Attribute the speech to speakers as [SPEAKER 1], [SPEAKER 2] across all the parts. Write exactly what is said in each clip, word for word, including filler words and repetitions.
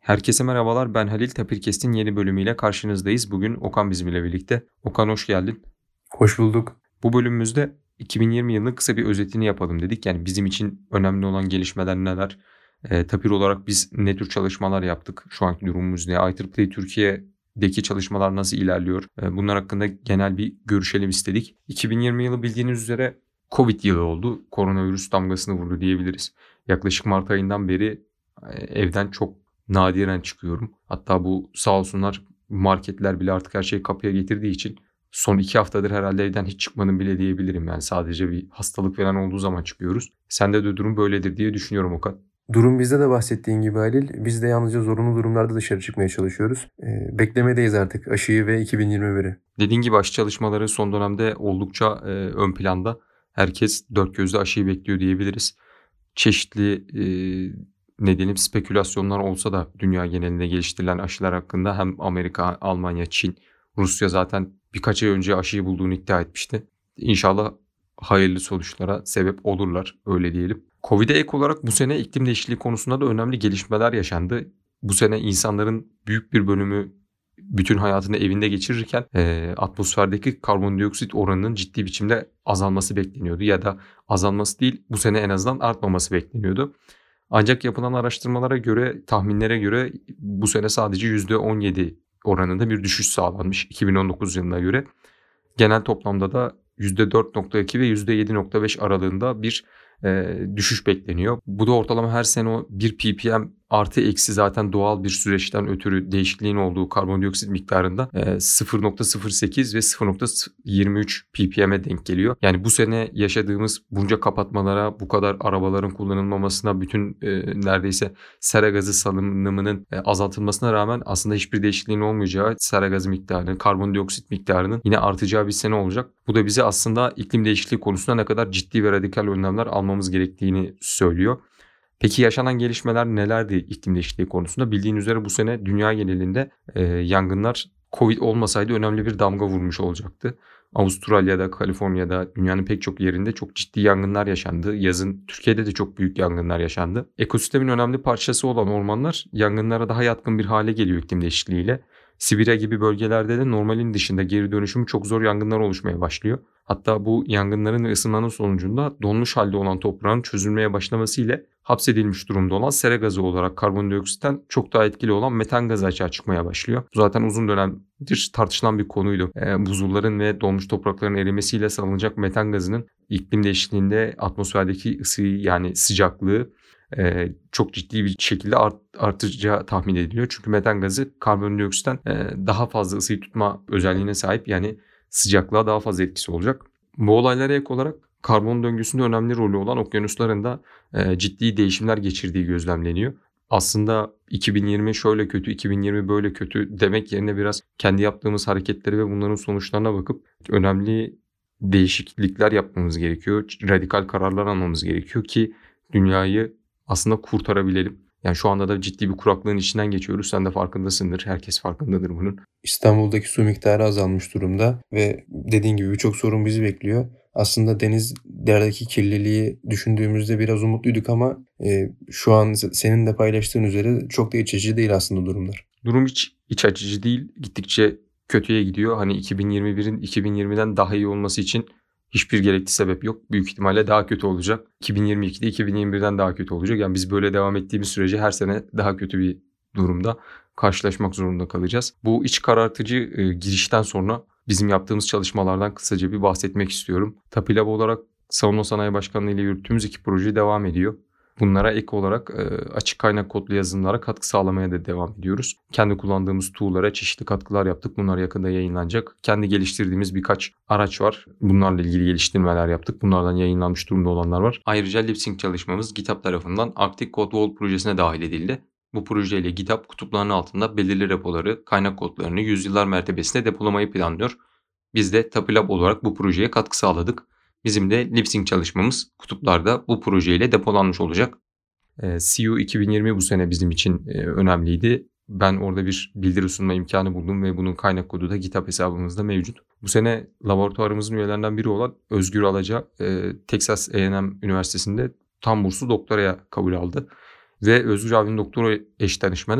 [SPEAKER 1] Herkese merhabalar, ben Halil. Tapirkest'in yeni bölümüyle karşınızdayız. Bugün Okan bizimle birlikte. Okan hoş geldin.
[SPEAKER 2] Hoş bulduk.
[SPEAKER 1] Bu bölümümüzde iki bin yirmi yılının kısa bir özetini yapalım dedik. Yani bizim için önemli olan gelişmeler neler? E, Tapir olarak biz ne tür çalışmalar yaptık? Şu anki durumumuz ne? I E E E Türkiye'deki çalışmalar nasıl ilerliyor? E, bunlar hakkında genel bir görüşelim istedik. iki bin yirmi yılı bildiğiniz üzere Covid yılı oldu. Koronavirüs damgasını vurdu diyebiliriz. Yaklaşık Mart ayından beri e, evden çok nadiren çıkıyorum. Hatta bu sağ olsunlar marketler bile artık her şeyi kapıya getirdiği için son iki haftadır herhalde evden hiç çıkmadım bile diyebilirim. Yani sadece bir hastalık falan olduğu zaman çıkıyoruz. Sende de durum böyledir diye düşünüyorum Okan.
[SPEAKER 2] Durum bizde de bahsettiğin gibi Halil. Biz de yalnızca zorunlu durumlarda dışarı çıkmaya çalışıyoruz. Ee, beklemedeyiz artık aşıyı ve iki bin yirmi biri.
[SPEAKER 1] Dediğin gibi aşı çalışmaları son dönemde oldukça e, ön planda. Herkes dört gözle aşıyı bekliyor diyebiliriz. Çeşitli e, ne diyelim spekülasyonlar olsa da dünya genelinde geliştirilen aşılar hakkında hem Amerika, Almanya, Çin, Rusya zaten birkaç ay önce aşıyı bulduğunu iddia etmişti. İnşallah hayırlı sonuçlara sebep olurlar, öyle diyelim. Covid'e ek olarak bu sene iklim değişikliği konusunda da önemli gelişmeler yaşandı. Bu sene insanların büyük bir bölümü bütün hayatını evinde geçirirken e, atmosferdeki karbondioksit oranının ciddi biçimde azalması bekleniyordu. Ya da azalması değil, bu sene en azından artmaması bekleniyordu. Ancak yapılan araştırmalara göre, tahminlere göre bu sene sadece yüzde on yedi oranında bir düşüş sağlanmış iki bin on dokuz yılına göre. Genel toplamda da yüzde dört nokta iki ve yüzde yedi nokta beş aralığında bir e, düşüş bekleniyor. Bu da ortalama her sene o bir ppm artı eksi zaten doğal bir süreçten ötürü değişikliğin olduğu karbondioksit miktarında e, sıfır nokta sıfır sekiz ve sıfır nokta yirmi üç ppm'e denk geliyor. Yani bu sene yaşadığımız bunca kapatmalara, bu kadar arabaların kullanılmamasına, bütün e, neredeyse sera gazı salınımının e, azaltılmasına rağmen aslında hiçbir değişikliğin olmayacağı, sera gazı miktarının, karbondioksit miktarının yine artacağı bir sene olacak. Bu da bize aslında iklim değişikliği konusunda ne kadar ciddi ve radikal önlemler almamız gerektiğini söylüyor. Peki yaşanan gelişmeler nelerdi iklim değişikliği konusunda? Bildiğin üzere bu sene dünya genelinde e, yangınlar Covid olmasaydı önemli bir damga vurmuş olacaktı. Avustralya'da, Kaliforniya'da, dünyanın pek çok yerinde çok ciddi yangınlar yaşandı. Yazın Türkiye'de de çok büyük yangınlar yaşandı. Ekosistemin önemli parçası olan ormanlar yangınlara daha yatkın bir hale geliyor iklim değişikliğiyle. Sibirya gibi bölgelerde de normalin dışında geri dönüşümü çok zor yangınlar oluşmaya başlıyor. Hatta bu yangınların ve ısınmanın sonucunda donmuş halde olan toprağın çözülmeye başlaması ile hapsedilmiş durumda olan sera gazı olarak karbondioksitten çok daha etkili olan metan gazı açığa çıkmaya başlıyor. Bu zaten uzun dönemdir tartışılan bir konuydu. E, buzulların ve donmuş toprakların erimesiyle salınacak metan gazının iklim değişikliğinde atmosferdeki ısıyı, yani sıcaklığı e, çok ciddi bir şekilde art, artacağı tahmin ediliyor. Çünkü metan gazı karbondioksitten e, daha fazla ısıyı tutma özelliğine sahip, yani sıcaklığa daha fazla etkisi olacak. Bu olaylara ek olarak karbon döngüsünde önemli rolü olan okyanusların da e, ciddi değişimler geçirdiği gözlemleniyor. Aslında iki bin yirmi şöyle kötü, iki bin yirmi böyle kötü demek yerine biraz kendi yaptığımız hareketleri ve bunların sonuçlarına bakıp önemli değişiklikler yapmamız gerekiyor. Radikal kararlar almamız gerekiyor ki dünyayı aslında kurtarabilelim. Yani şu anda da ciddi bir kuraklığın içinden geçiyoruz. Sen de farkındasındır. Herkes farkındadır bunun.
[SPEAKER 2] İstanbul'daki su miktarı azalmış durumda ve dediğin gibi birçok sorun bizi bekliyor. Aslında denizlerdeki kirliliği düşündüğümüzde biraz umutluyduk ama e, şu an senin de paylaştığın üzere çok da iç açıcı değil aslında durumlar.
[SPEAKER 1] Durum hiç iç açıcı değil. Gittikçe kötüye gidiyor. Hani iki bin yirmi birin iki bin yirmiden daha iyi olması için hiçbir gerekli sebep yok. Büyük ihtimalle daha kötü olacak. iki bin yirmi ikide iki bin yirmi birden daha kötü olacak. Yani biz böyle devam ettiğimiz sürece her sene daha kötü bir durumda karşılaşmak zorunda kalacağız. Bu iç karartıcı e, girişten sonra bizim yaptığımız çalışmalardan kısaca bir bahsetmek istiyorum. Tapilab olarak Savunma Sanayi Başkanlığı ile yürüttüğümüz iki proje devam ediyor. Bunlara ek olarak e, açık kaynak kodlu yazılımlara katkı sağlamaya da devam ediyoruz. Kendi kullandığımız tool'lara çeşitli katkılar yaptık. Bunlar yakında yayınlanacak. Kendi geliştirdiğimiz birkaç araç var. Bunlarla ilgili geliştirmeler yaptık. Bunlardan yayınlanmış durumda olanlar var. Ayrıca LipSync çalışmamız GitHub tarafından Arctic Code Vault projesine dahil edildi. Bu projeyle GitHub kutuplarının altında belirli repoları, kaynak kodlarını yüzyıllar mertebesinde depolamayı planlıyor. Biz de Tapilab olarak bu projeye katkı sağladık. Bizim de LipSync çalışmamız kutuplarda bu projeyle depolanmış olacak. C U iki bin yirmi bu sene bizim için önemliydi. Ben orada bir bildiri sunma imkanı buldum ve bunun kaynak kodu da GitHub hesabımızda mevcut. Bu sene laboratuvarımızın üyelerinden biri olan Özgür Alaca, Texas A and M Üniversitesi'nde tam burslu doktoraya kabul aldı. Ve Özgür abinin doktora eş danışmanı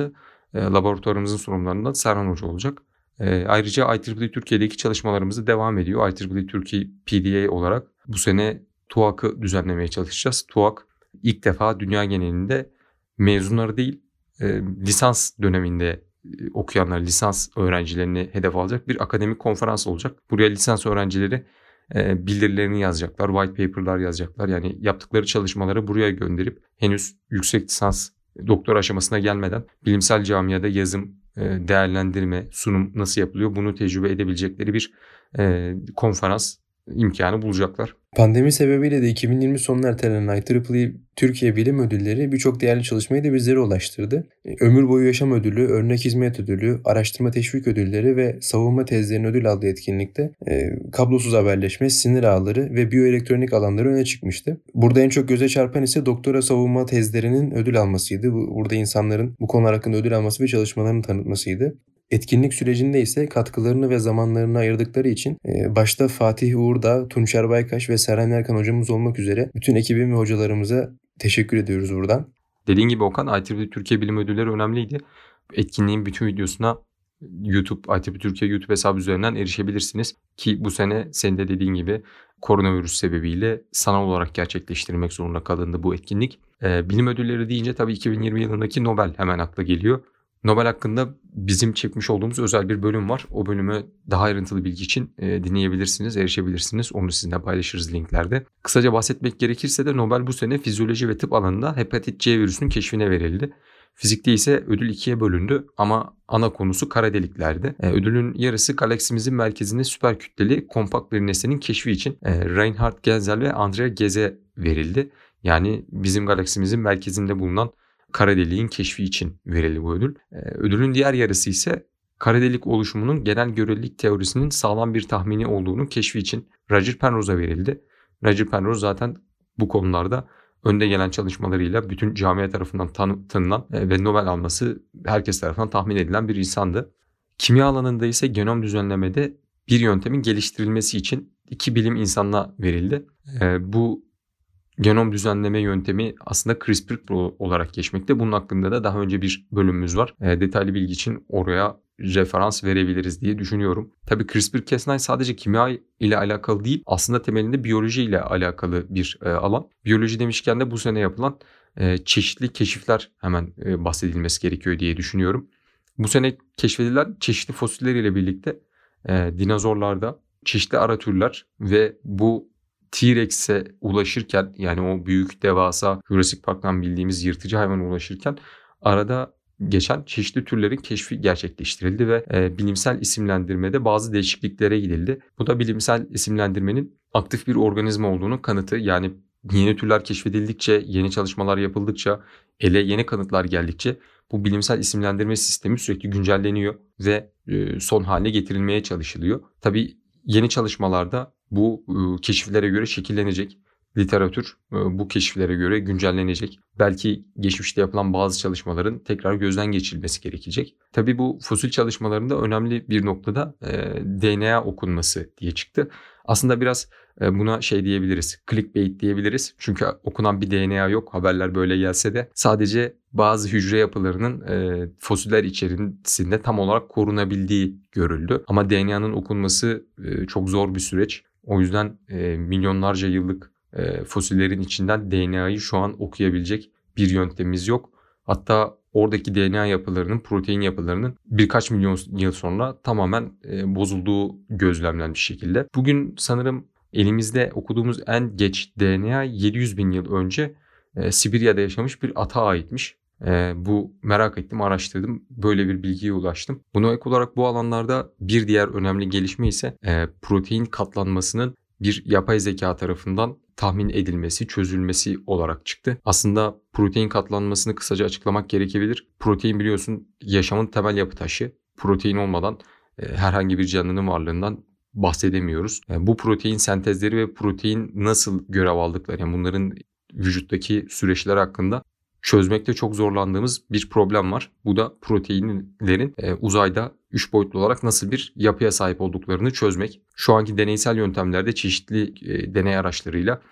[SPEAKER 1] e, laboratuvarımızın sorumlularından Serhan Hoca olacak. E, ayrıca I E E E Türkiye'deki çalışmalarımız devam ediyor. I E E E Türkiye P D A olarak bu sene TUAK'ı düzenlemeye çalışacağız. TUAK ilk defa dünya genelinde mezunları değil, e, lisans döneminde e, okuyanlar, lisans öğrencilerini hedef alacak bir akademik konferans olacak. Buraya lisans öğrencileri e, bildirilerini yazacaklar, white paper'lar yazacaklar. Yani yaptıkları çalışmaları buraya gönderip henüz yüksek lisans, doktor aşamasına gelmeden bilimsel camiada yazım, e, değerlendirme, sunum nasıl yapılıyor bunu tecrübe edebilecekleri bir e, konferans imkanı bulacaklar.
[SPEAKER 2] Pandemi sebebiyle de iki bin yirmi sonuna ertelenen I E E E Türkiye Bilim Ödülleri birçok değerli çalışmayı da bizlere ulaştırdı. Ömür Boyu Yaşam Ödülü, Örnek Hizmet Ödülü, Araştırma Teşvik Ödülleri ve savunma tezlerinin ödül aldığı etkinlikte e, kablosuz haberleşme, sinir ağları ve biyoelektronik alanları öne çıkmıştı. Burada en çok göze çarpan ise doktora savunma tezlerinin ödül almasıydı. Burada insanların bu konular hakkında ödül alması ve çalışmalarını tanıtmasıydı. Etkinlik sürecinde ise katkılarını ve zamanlarını ayırdıkları için başta Fatih Uğurdağ, Tunçer Baykaş ve Seren Erkan hocamız olmak üzere bütün ekibim ve hocalarımıza teşekkür ediyoruz buradan.
[SPEAKER 1] Dediğin gibi Okan, I E E E Türkiye Bilim Ödülleri önemliydi. Etkinliğin bütün videosuna YouTube, I E E E Türkiye YouTube hesabı üzerinden erişebilirsiniz. Ki bu sene senin de dediğin gibi koronavirüs sebebiyle sanal olarak gerçekleştirmek zorunda kalındı bu etkinlik. Ee, bilim ödülleri deyince tabii iki bin yirmi yılındaki Nobel hemen akla geliyor. Nobel hakkında bizim çekmiş olduğumuz özel bir bölüm var. O bölümü daha ayrıntılı bilgi için e, dinleyebilirsiniz, erişebilirsiniz. Onu sizinle paylaşırız linklerde. Kısaca bahsetmek gerekirse de Nobel bu sene fizyoloji ve tıp alanında hepatit C virüsünün keşfine verildi. Fizikte ise ödül ikiye bölündü ama ana konusu kara deliklerdi. E, ödülün yarısı galaksimizin merkezinde süper kütleli kompakt bir nesnenin keşfi için e, Reinhard Genzel ve Andrea Ghez verildi. Yani bizim galaksimizin merkezinde bulunan kara deliğin keşfi için verildi bu ödül. Ee, ödülün diğer yarısı ise kara delik oluşumunun genel görelilik teorisinin sağlam bir tahmini olduğunu keşfi için Roger Penrose'a verildi. Roger Penrose zaten bu konularda önde gelen çalışmalarıyla bütün camia tarafından tanı- tanınan e, ve Nobel alması herkes tarafından tahmin edilen bir insandı. Kimya alanında ise genom düzenlemede bir yöntemin geliştirilmesi için iki bilim insanına verildi. E, bu genom düzenleme yöntemi aslında CRISPR olarak geçmekte. Bunun hakkında da daha önce bir bölümümüz var. E, detaylı bilgi için oraya referans verebiliriz diye düşünüyorum. Tabii CRISPR Cas nine sadece kimya ile alakalı değil, aslında temelinde biyoloji ile alakalı bir e, alan. Biyoloji demişken de bu sene yapılan e, çeşitli keşifler hemen e, bahsedilmesi gerekiyor diye düşünüyorum. Bu sene keşfedilen çeşitli fosiller ile birlikte e, dinozorlarda çeşitli ara türler ve bu T-Rex'e ulaşırken, yani o büyük devasa Jurassic Park'tan bildiğimiz yırtıcı hayvana ulaşırken arada geçen çeşitli türlerin keşfi gerçekleştirildi ve e, bilimsel isimlendirmede bazı değişikliklere gidildi. Bu da bilimsel isimlendirmenin aktif bir organizma olduğunun kanıtı. Yani yeni türler keşfedildikçe, yeni çalışmalar yapıldıkça, ele yeni kanıtlar geldikçe bu bilimsel isimlendirme sistemi sürekli güncelleniyor ve e, son haline getirilmeye çalışılıyor. Tabii yeni çalışmalarda bu e, keşiflere göre şekillenecek. Literatür e, bu keşiflere göre güncellenecek. Belki geçmişte yapılan bazı çalışmaların tekrar gözden geçirilmesi gerekecek. Tabii bu fosil çalışmalarında önemli bir noktada e, D N A okunması diye çıktı. Aslında biraz e, buna şey diyebiliriz, clickbait diyebiliriz. Çünkü okunan bir D N A yok, haberler böyle gelse de sadece bazı hücre yapılarının e, fosiller içerisinde tam olarak korunabildiği görüldü. Ama D N A'nın okunması e, çok zor bir süreç. O yüzden e, milyonlarca yıllık e, fosillerin içinden D N A'yı şu an okuyabilecek bir yöntemimiz yok. Hatta oradaki D N A yapılarının, protein yapılarının birkaç milyon yıl sonra tamamen e, bozulduğu gözlemlenmiş şekilde. Bugün sanırım elimizde okuduğumuz en geç D N A yedi yüz bin yıl önce e, Sibirya'da yaşamış bir ata aitmiş. E, bu merak ettim, araştırdım. Böyle bir bilgiye ulaştım. Buna ek olarak bu alanlarda bir diğer önemli gelişme ise e, protein katlanmasının bir yapay zeka tarafından tahmin edilmesi, çözülmesi olarak çıktı. Aslında protein katlanmasını kısaca açıklamak gerekebilir. Protein biliyorsun yaşamın temel yapı taşı. Protein olmadan e, herhangi bir canlının varlığından bahsedemiyoruz. E, bu protein sentezleri ve protein nasıl görev aldıkları, yani bunların vücuttaki süreçler hakkında çözmekte çok zorlandığımız bir problem var. Bu da proteinlerin e, uzayda üç boyutlu olarak nasıl bir yapıya sahip olduklarını çözmek. Şu anki deneysel yöntemlerde çeşitli e, deney araçlarıyla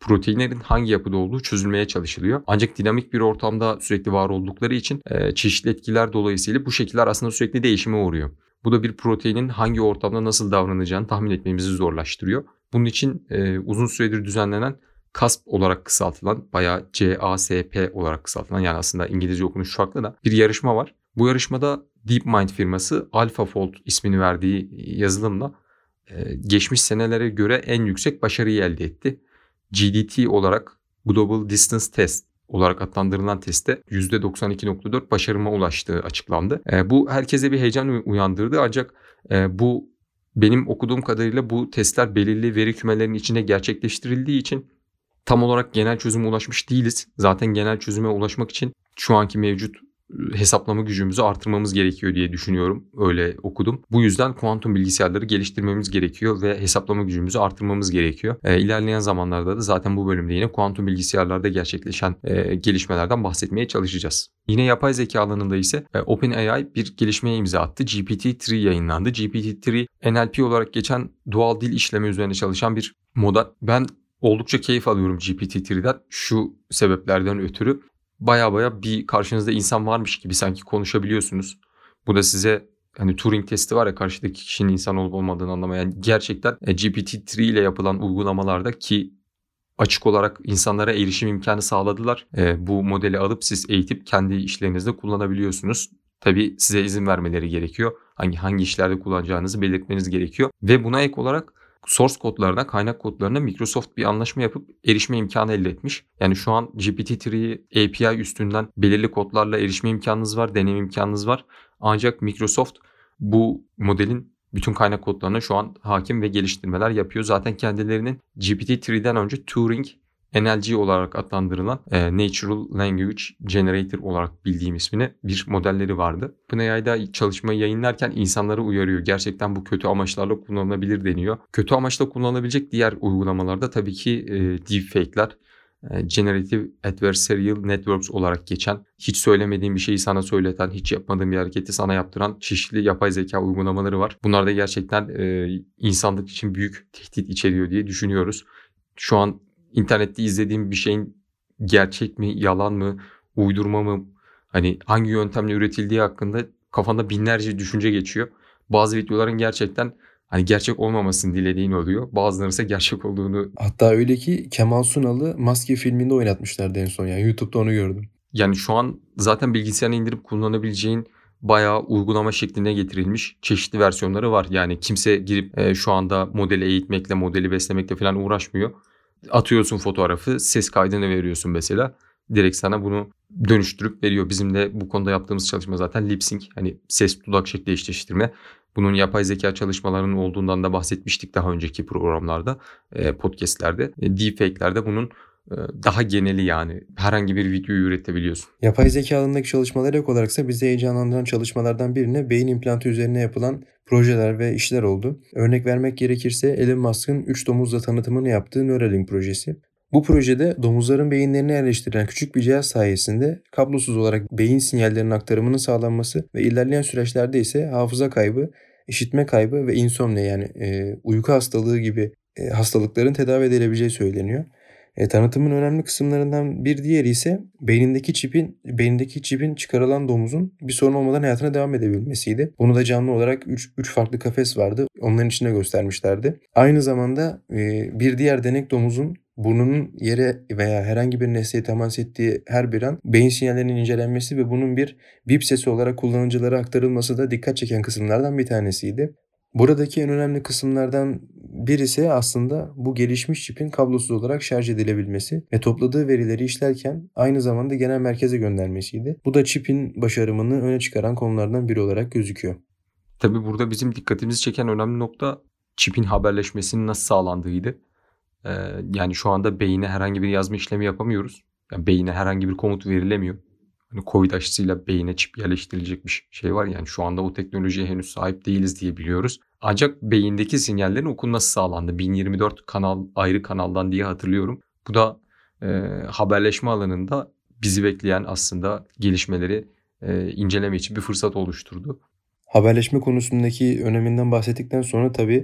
[SPEAKER 1] proteinlerin hangi yapıda olduğu çözülmeye çalışılıyor. Ancak dinamik bir ortamda sürekli var oldukları için e, çeşitli etkiler dolayısıyla bu şekiller aslında sürekli değişime uğruyor. Bu da bir proteinin hangi ortamda nasıl davranacağını tahmin etmemizi zorlaştırıyor. Bunun için e, uzun süredir düzenlenen CASP olarak kısaltılan, bayağı C A S P olarak kısaltılan, yani aslında İngilizce okunuş farklı da bir yarışma var. Bu yarışmada DeepMind firması AlphaFold ismini verdiği yazılımla e, geçmiş senelere göre en yüksek başarıyı elde etti. G D T olarak Global Distance Test olarak adlandırılan testte yüzde doksan iki nokta dört başarıma ulaştığı açıklandı. E, bu herkese bir heyecan uyandırdı, ancak e, bu benim okuduğum kadarıyla bu testler belirli veri kümelerinin içinde gerçekleştirildiği için tam olarak genel çözüme ulaşmış değiliz. Zaten genel çözüme ulaşmak için şu anki mevcut hesaplama gücümüzü artırmamız gerekiyor diye düşünüyorum. Öyle okudum. Bu yüzden kuantum bilgisayarları geliştirmemiz gerekiyor ve hesaplama gücümüzü artırmamız gerekiyor. E, ilerleyen zamanlarda da zaten bu bölümde yine kuantum bilgisayarlarda gerçekleşen e, gelişmelerden bahsetmeye çalışacağız. Yine yapay zeka alanında ise e, OpenAI bir gelişmeye imza attı. G P T üç yayınlandı. G P T üç N L P olarak geçen doğal dil işleme üzerine çalışan bir model. Ben oldukça keyif alıyorum G P T üç'den şu sebeplerden ötürü. Baya baya bir karşınızda insan varmış gibi sanki konuşabiliyorsunuz. Bu da size, hani Turing testi var ya, karşıdaki kişinin insan olup olmadığını anlamaya. Yani gerçekten G P T üç ile yapılan uygulamalarda ki açık olarak insanlara erişim imkanı sağladılar. E, bu modeli alıp siz eğitip kendi işlerinizde kullanabiliyorsunuz. Tabii size izin vermeleri gerekiyor. Hangi hangi işlerde kullanacağınızı belirtmeniz gerekiyor. Ve buna ek olarak source kodlarına, kaynak kodlarına Microsoft bir anlaşma yapıp erişme imkanı elde etmiş. Yani şu an G P T üç'ü A P I üstünden belirli kodlarla erişme imkanınız var, deneyim imkanınız var. Ancak Microsoft bu modelin bütün kaynak kodlarına şu an hakim ve geliştirmeler yapıyor. Zaten kendilerinin G P T üç'den önce Turing N L G olarak adlandırılan e, Natural Language Generator olarak bildiğim ismini bir modelleri vardı. OpenAI'da çalışmayı yayınlarken insanları uyarıyor. Gerçekten bu kötü amaçlarla kullanılabilir deniyor. Kötü amaçla kullanılabilecek diğer uygulamalarda tabii ki e, deepfake'ler, e, Generative Adversarial Networks olarak geçen, hiç söylemediğin bir şeyi sana söyleten, hiç yapmadığın bir hareketi sana yaptıran çeşitli yapay zeka uygulamaları var. Bunlar da gerçekten e, insanlık için büyük tehdit içeriyor diye düşünüyoruz. Şu an İnternette izlediğim bir şeyin gerçek mi, yalan mı, uydurma mı, hani hangi yöntemle üretildiği hakkında kafanda binlerce düşünce geçiyor. Bazı videoların gerçekten hani gerçek olmamasını dilediğin oluyor. Bazıları ise gerçek olduğunu.
[SPEAKER 2] Hatta öyle ki Kemal Sunal'ı Maske filminde oynatmışlardı en son, yani YouTube'da onu gördüm.
[SPEAKER 1] Yani şu an zaten bilgisayarına indirip kullanabileceğin bayağı uygulama şekline getirilmiş çeşitli versiyonları var. Yani kimse girip e, şu anda modeli eğitmekle, modeli beslemekle falan uğraşmıyor. Atıyorsun fotoğrafı, ses kaydını veriyorsun mesela. Direkt sana bunu dönüştürüp veriyor. Bizim de bu konuda yaptığımız çalışma zaten lip sync. Hani ses dudak şekli eşleştirme. Bunun yapay zeka çalışmalarının olduğundan da bahsetmiştik daha önceki programlarda, podcastlerde. Deepfake'lerde bunun daha geneli, yani herhangi bir videoyu üretebiliyorsun.
[SPEAKER 2] Yapay zeka alanındaki çalışmalar yok olaraksa bizi heyecanlandıran çalışmalardan birine beyin implantı üzerine yapılan projeler ve işler oldu. Örnek vermek gerekirse Elon Musk'ın üç domuzla tanıtımını yaptığı Neuralink projesi. Bu projede domuzların beyinlerini yerleştirilen küçük bir cihaz sayesinde kablosuz olarak beyin sinyallerinin aktarımının sağlanması ve ilerleyen süreçlerde ise hafıza kaybı, işitme kaybı ve insomnia, yani e, uyku hastalığı gibi e, hastalıkların tedavi edilebileceği söyleniyor. E, tanıtımın önemli kısımlarından bir diğeri ise beynindeki çipin beynindeki çipin çıkarılan domuzun bir sorun olmadan hayatına devam edebilmesiydi. Bunu da canlı olarak üç farklı kafes vardı. Onların içinde göstermişlerdi. Aynı zamanda e, bir diğer denek domuzun burnunun yere veya herhangi bir nesneye temas ettiği her bir an beyin sinyallerinin incelenmesi ve bunun bir bip sesi olarak kullanıcılara aktarılması da dikkat çeken kısımlardan bir tanesiydi. Buradaki en önemli kısımlardan birisi aslında bu gelişmiş çipin kablosuz olarak şarj edilebilmesi ve topladığı verileri işlerken aynı zamanda genel merkeze göndermesiydi. Bu da çipin başarımını öne çıkaran konulardan biri olarak gözüküyor.
[SPEAKER 1] Tabii burada bizim dikkatimizi çeken önemli nokta çipin haberleşmesinin nasıl sağlandığıydı. Ee, yani şu anda beyine herhangi bir yazma işlemi yapamıyoruz. Yani beyine herhangi bir komut verilemiyor. Hani Covid aşısıyla beyine çip yerleştirilecek bir şey var. Yani şu anda o teknolojiye henüz sahip değiliz diye biliyoruz. Ancak beyindeki sinyallerin okunması sağlandı. bin yirmi dört kanal, ayrı kanaldan diye hatırlıyorum. Bu da e, haberleşme alanında bizi bekleyen aslında gelişmeleri e, inceleme için bir fırsat oluşturdu.
[SPEAKER 2] Haberleşme konusundaki öneminden bahsettikten sonra tabii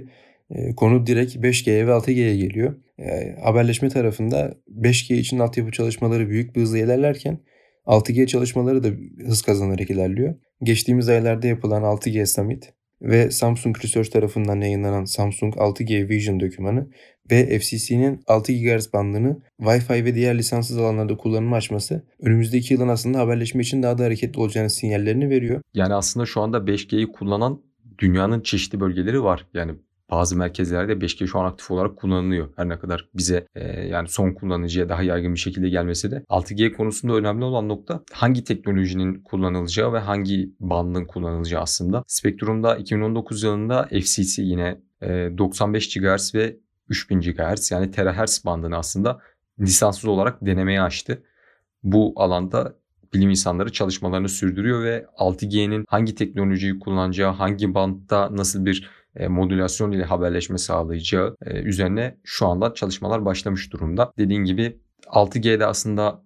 [SPEAKER 2] Eee, konu direkt beş G'ye ve altı G'ye geliyor. Eee, haberleşme tarafında beş G için altyapı çalışmaları büyük bir hızla ilerlerken altı G çalışmaları da hız kazanarak ilerliyor. Geçtiğimiz aylarda yapılan altı G Summit ve Samsung Research tarafından yayınlanan Samsung altı G Vision dokümanı ve F C C'nin altı gigahertz bandını Wi-Fi ve diğer lisanssız alanlarda kullanıma açması önümüzdeki yılın aslında haberleşme için daha da hareketli olacağını sinyallerini veriyor.
[SPEAKER 1] Yani aslında şu anda beş G'yi kullanan dünyanın çeşitli bölgeleri var. Yani bazı merkezlerde beş G şu an aktif olarak kullanılıyor. Her ne kadar bize e, yani son kullanıcıya daha yaygın bir şekilde gelmesi de. altı G konusunda önemli olan nokta hangi teknolojinin kullanılacağı ve hangi bandın kullanılacağı aslında. Spectrum'da iki bin on dokuz yılında F C C yine e, doksan beş gigahertz ve üç bin gigahertz yani terahertz bandını aslında lisanssız olarak denemeye açtı. Bu alanda bilim insanları çalışmalarını sürdürüyor ve altı G'nin hangi teknolojiyi kullanacağı, hangi bandta nasıl bir e, modülasyon ile haberleşme sağlayacağı e, üzerine şu anda çalışmalar başlamış durumda. Dediğim gibi altı G'de aslında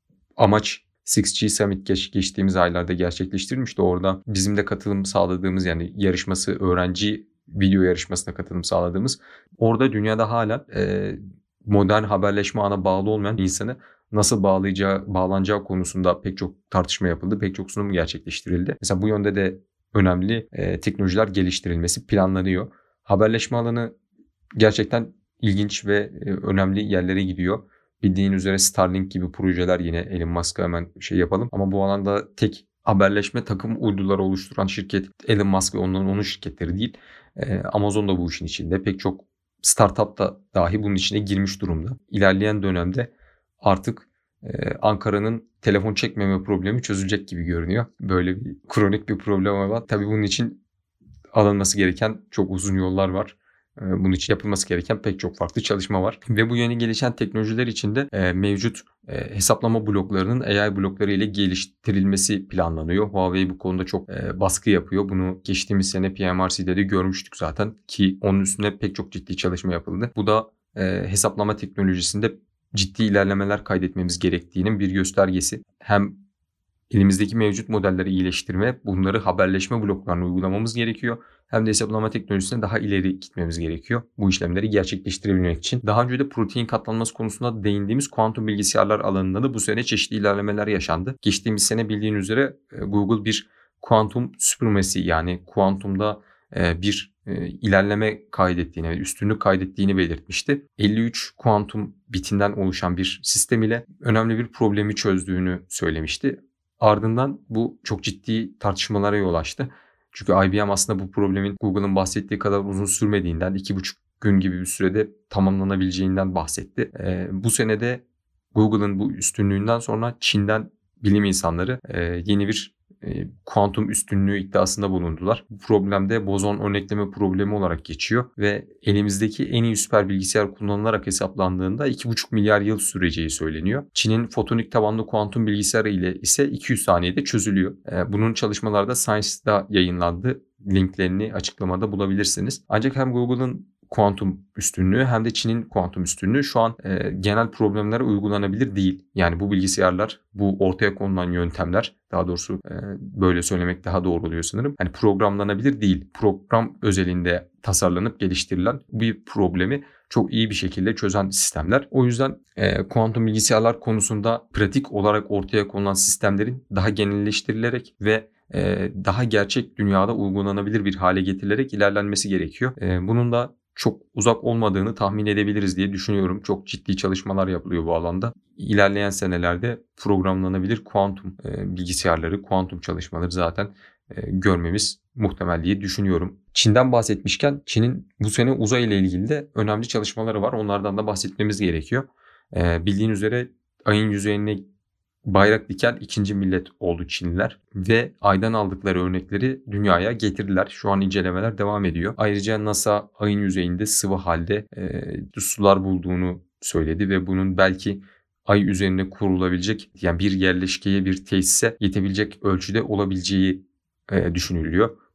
[SPEAKER 1] amaç altı G Summit geç, geçtiğimiz aylarda gerçekleştirilmişti. Orada bizim de katılım sağladığımız yani yarışması öğrenci video yarışmasına katılım sağladığımız orada dünyada hala e, modern haberleşme ağına bağlı olmayan insanı nasıl bağlayacağı, bağlanacağı konusunda pek çok tartışma yapıldı. Pek çok sunum gerçekleştirildi. Mesela bu yönde de önemli e, teknolojiler geliştirilmesi planlanıyor. Haberleşme alanı gerçekten ilginç ve e, önemli yerlere gidiyor. Bildiğin üzere Starlink gibi projeler yine Elon Musk'a hemen şey yapalım. Ama bu alanda tek haberleşme takım uyduları oluşturan şirket Elon Musk ve onların onun şirketleri değil. E, Amazon da bu işin içinde. Pek çok startup da dahi bunun içine girmiş durumda. İlerleyen dönemde artık e, Ankara'nın telefon çekmeme problemi çözülecek gibi görünüyor. Böyle bir kronik bir problem var. Tabii bunun için alınması gereken çok uzun yollar var. Bunun için yapılması gereken pek çok farklı çalışma var. Ve bu yeni gelişen teknolojiler içinde e, mevcut e, hesaplama bloklarının A I blokları ile geliştirilmesi planlanıyor. Huawei bu konuda çok e, baskı yapıyor. Bunu geçtiğimiz sene P M R C'de de görmüştük zaten ki onun üstüne pek çok ciddi çalışma yapıldı. Bu da e, hesaplama teknolojisinde ciddi ilerlemeler kaydetmemiz gerektiğinin bir göstergesi. Hem elimizdeki mevcut modelleri iyileştirme, bunları haberleşme bloklarına uygulamamız gerekiyor. Hem de hesaplama teknolojisine daha ileri gitmemiz gerekiyor bu işlemleri gerçekleştirebilmek için. Daha önce de protein katlanması konusunda değindiğimiz kuantum bilgisayarlar alanında da bu sene çeşitli ilerlemeler yaşandı. Geçtiğimiz sene bildiğin üzere Google bir kuantum supremacy yani kuantumda bir ilerleme kaydettiğini ve üstünlük kaydettiğini belirtmişti. elli üç kuantum bitinden oluşan bir sistem ile önemli bir problemi çözdüğünü söylemişti. Ardından bu çok ciddi tartışmalara yol açtı. Çünkü I B M aslında bu problemin Google'ın bahsettiği kadar uzun sürmediğinden, iki buçuk gün gibi bir sürede tamamlanabileceğinden bahsetti. Ee, bu senede Google'ın bu üstünlüğünden sonra Çin'den bilim insanları e, yeni bir e, kuantum üstünlüğü iddiasında bulundular. Bu problem de bozon örnekleme problemi olarak geçiyor ve elimizdeki en iyi süper bilgisayar kullanılarak hesaplandığında iki buçuk milyar yıl süreceği söyleniyor. Çin'in fotonik tabanlı kuantum bilgisayarı ile ise iki yüz saniyede çözülüyor. E, bunun çalışmalarda Science'da yayınlandı. Linklerini açıklamada bulabilirsiniz. Ancak hem Google'ın kuantum üstünlüğü hem de Çin'in kuantum üstünlüğü şu an e, genel problemlere uygulanabilir değil. Yani bu bilgisayarlar, bu ortaya konulan yöntemler, daha doğrusu e, böyle söylemek daha doğru oluyor sanırım. Hani programlanabilir değil. Program özelinde tasarlanıp geliştirilen bir problemi çok iyi bir şekilde çözen sistemler. O yüzden e, kuantum bilgisayarlar konusunda pratik olarak ortaya konulan sistemlerin daha genelleştirilerek ve e, daha gerçek dünyada uygulanabilir bir hale getirilerek ilerlenmesi gerekiyor. E, bunun da çok uzak olmadığını tahmin edebiliriz diye düşünüyorum. Çok ciddi çalışmalar yapılıyor bu alanda. İlerleyen senelerde programlanabilir kuantum e, bilgisayarları, kuantum çalışmaları zaten e, görmemiz muhtemel diye düşünüyorum. Çin'den bahsetmişken Çin'in bu sene uzay ile ilgili de önemli çalışmaları var. Onlardan da bahsetmemiz gerekiyor. E, bildiğin üzere ayın yüzeyine bayrak diken ikinci millet oldu Çinliler ve aydan aldıkları örnekleri dünyaya getirdiler. Şu an incelemeler devam ediyor. Ayrıca NASA ayın yüzeyinde sıvı halde e, sular bulduğunu söyledi ve bunun belki ay üzerine kurulabilecek yani bir yerleşkeye bir tesise yetebilecek ölçüde olabileceği e, düşünülüyor.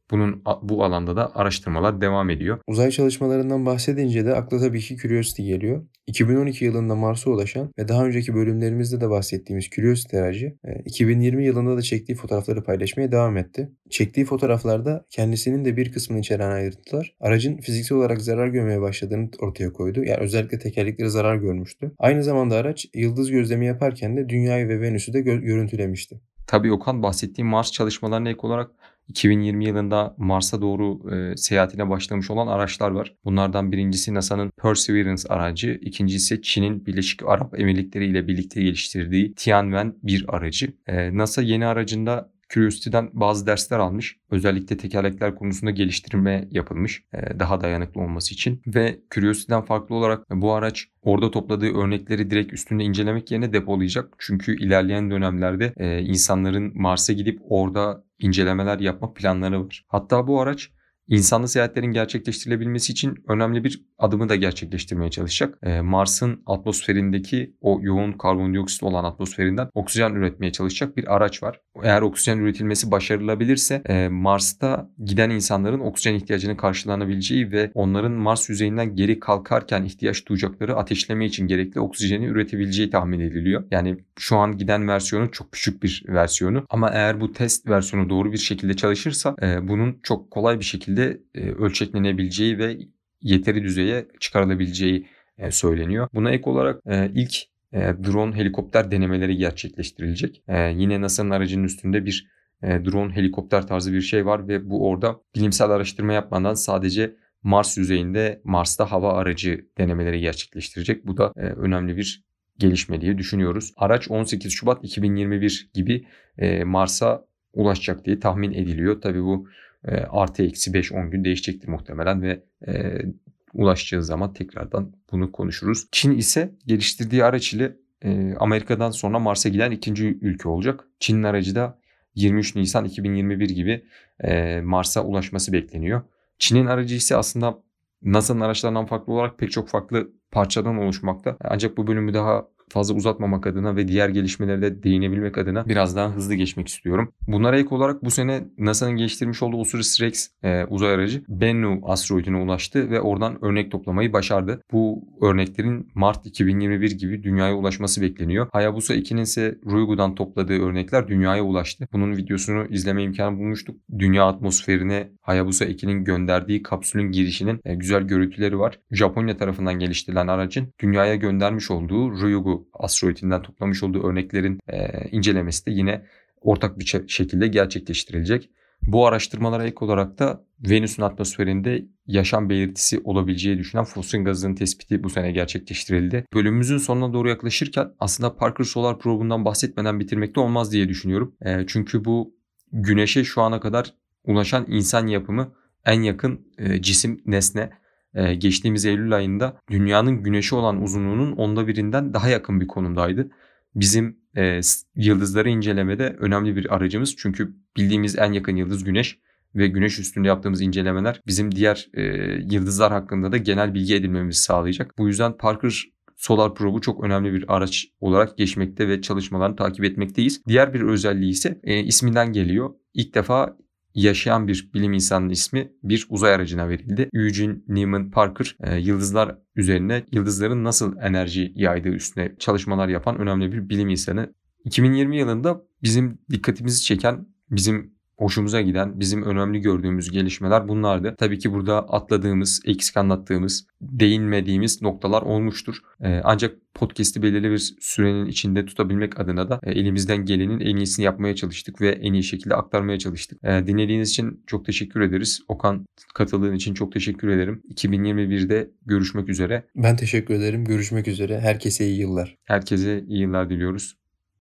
[SPEAKER 1] Bunun bu alanda da araştırmalar devam ediyor.
[SPEAKER 2] Uzay çalışmalarından bahsedince de akla tabii ki Curiosity geliyor. iki bin on iki yılında Mars'a ulaşan ve daha önceki bölümlerimizde de bahsettiğimiz Curiosity aracı iki bin yirmi yılında da çektiği fotoğrafları paylaşmaya devam etti. Çektiği fotoğraflarda kendisinin de bir kısmını içeren ayrıntılar aracın fiziksel olarak zarar görmeye başladığını ortaya koydu. Yani özellikle tekerlekleri zarar görmüştü. Aynı zamanda araç yıldız gözlemi yaparken de Dünya'yı ve Venüs'ü de gö- görüntülemişti.
[SPEAKER 1] Tabii Okan, bahsettiğim Mars çalışmalarına ek olarak iki bin yirmi yılında Mars'a doğru e, seyahatine başlamış olan araçlar var. Bunlardan birincisi NASA'nın Perseverance aracı, ikincisi Çin'in Birleşik Arap Emirlikleri ile birlikte geliştirdiği Tianwen bir aracı. E, NASA yeni aracında Curiosity'den bazı dersler almış. Özellikle tekerlekler konusunda geliştirme yapılmış. E, daha dayanıklı olması için. Ve Curiosity'den farklı olarak bu araç orada topladığı örnekleri direkt üstünde incelemek yerine depolayacak. Çünkü ilerleyen dönemlerde e, insanların Mars'a gidip orada incelemeler yapma planları var. Hatta bu araç insanlı seyahatlerin gerçekleştirilebilmesi için önemli bir adımı da gerçekleştirmeye çalışacak. Ee, Mars'ın atmosferindeki o yoğun karbondioksit olan atmosferinden oksijen üretmeye çalışacak bir araç var. Eğer oksijen üretilmesi başarılabilirse e, Mars'ta giden insanların oksijen ihtiyacını karşılanabileceği ve onların Mars yüzeyinden geri kalkarken ihtiyaç duyacakları ateşleme için gerekli oksijeni üretebileceği tahmin ediliyor. Yani şu an giden versiyonu çok küçük bir versiyonu ama eğer bu test versiyonu doğru bir şekilde çalışırsa e, bunun çok kolay bir şekilde e, ölçeklenebileceği ve yeteri düzeye çıkarılabileceği e, söyleniyor. Buna ek olarak e, ilk e, drone helikopter denemeleri gerçekleştirilecek. E, yine NASA'nın aracının üstünde bir e, drone helikopter tarzı bir şey var ve bu orada bilimsel araştırma yapmadan sadece Mars yüzeyinde Mars'ta hava aracı denemeleri gerçekleştirecek. Bu da e, önemli bir gelişme diye düşünüyoruz. Araç on sekiz Şubat iki bin yirmi bir gibi e, Mars'a ulaşacak diye tahmin ediliyor. Tabii bu e, artı eksi beş on gün değişecektir muhtemelen ve e, ulaşacağı zaman tekrardan bunu konuşuruz. Çin ise geliştirdiği araç ile e, Amerika'dan sonra Mars'a giden ikinci ülke olacak. Çin'in aracı da yirmi üç Nisan iki bin yirmi bir gibi e, Mars'a ulaşması bekleniyor. Çin'in aracı ise aslında NASA'nın araçlarından farklı olarak pek çok farklı parçadan oluşmakta. Ancak bu bölümü daha fazla uzatmamak adına ve diğer gelişmelere de değinebilmek adına biraz daha hızlı geçmek istiyorum. Bunlara ek olarak bu sene NASA'nın geliştirmiş olduğu Osiris-Rex e, uzay aracı Bennu asteroidine ulaştı ve oradan örnek toplamayı başardı. Bu örneklerin Mart iki bin yirmi bir gibi Dünya'ya ulaşması bekleniyor. Hayabusa ikinin ise Ryugu'dan topladığı örnekler Dünya'ya ulaştı. Bunun videosunu izleme imkanı bulmuştuk. Dünya atmosferine Hayabusa ikinin gönderdiği kapsülün girişinin e, güzel görüntüleri var. Japonya tarafından geliştirilen aracın Dünya'ya göndermiş olduğu Ryugu asteroidinden toplamış olduğu örneklerin e, incelemesi de yine ortak bir şekilde gerçekleştirilecek. Bu araştırmalara ek olarak da Venüs'ün atmosferinde yaşam belirtisi olabileceği düşünen fosil gazının tespiti bu sene gerçekleştirildi. Bölümümüzün sonuna doğru yaklaşırken aslında Parker Solar Probe'undan bahsetmeden bitirmek de olmaz diye düşünüyorum. E, çünkü bu Güneş'e şu ana kadar ulaşan insan yapımı en yakın e, cisim nesne. Ee, geçtiğimiz Eylül ayında dünyanın güneşi olan uzunluğunun onda birinden daha yakın bir konumdaydı. Bizim e, yıldızları incelemede önemli bir aracımız. Çünkü bildiğimiz en yakın yıldız Güneş ve Güneş üstünde yaptığımız incelemeler bizim diğer e, yıldızlar hakkında da genel bilgi edinmemizi sağlayacak. Bu yüzden Parker Solar Probe'u çok önemli bir araç olarak geçmekte ve çalışmalarını takip etmekteyiz. Diğer bir özelliği ise e, isminden geliyor. İlk defa yaşayan bir bilim insanının ismi bir uzay aracına verildi. Eugene Newman Parker e, yıldızlar üzerine yıldızların nasıl enerji yaydığı üstüne çalışmalar yapan önemli bir bilim insanı. iki bin yirmi yılında bizim dikkatimizi çeken, bizim hoşumuza giden, bizim önemli gördüğümüz gelişmeler bunlardı. Tabii ki burada atladığımız, eksik anlattığımız, değinmediğimiz noktalar olmuştur. Ee, ancak podcast'i belirli bir sürenin içinde tutabilmek adına da e, elimizden gelenin en iyisini yapmaya çalıştık ve en iyi şekilde aktarmaya çalıştık. E, dinlediğiniz için çok teşekkür ederiz. Okan, katıldığın için çok teşekkür ederim. iki bin yirmi birde görüşmek üzere.
[SPEAKER 2] Ben teşekkür ederim. Görüşmek üzere. Herkese iyi yıllar.
[SPEAKER 1] Herkese iyi yıllar diliyoruz.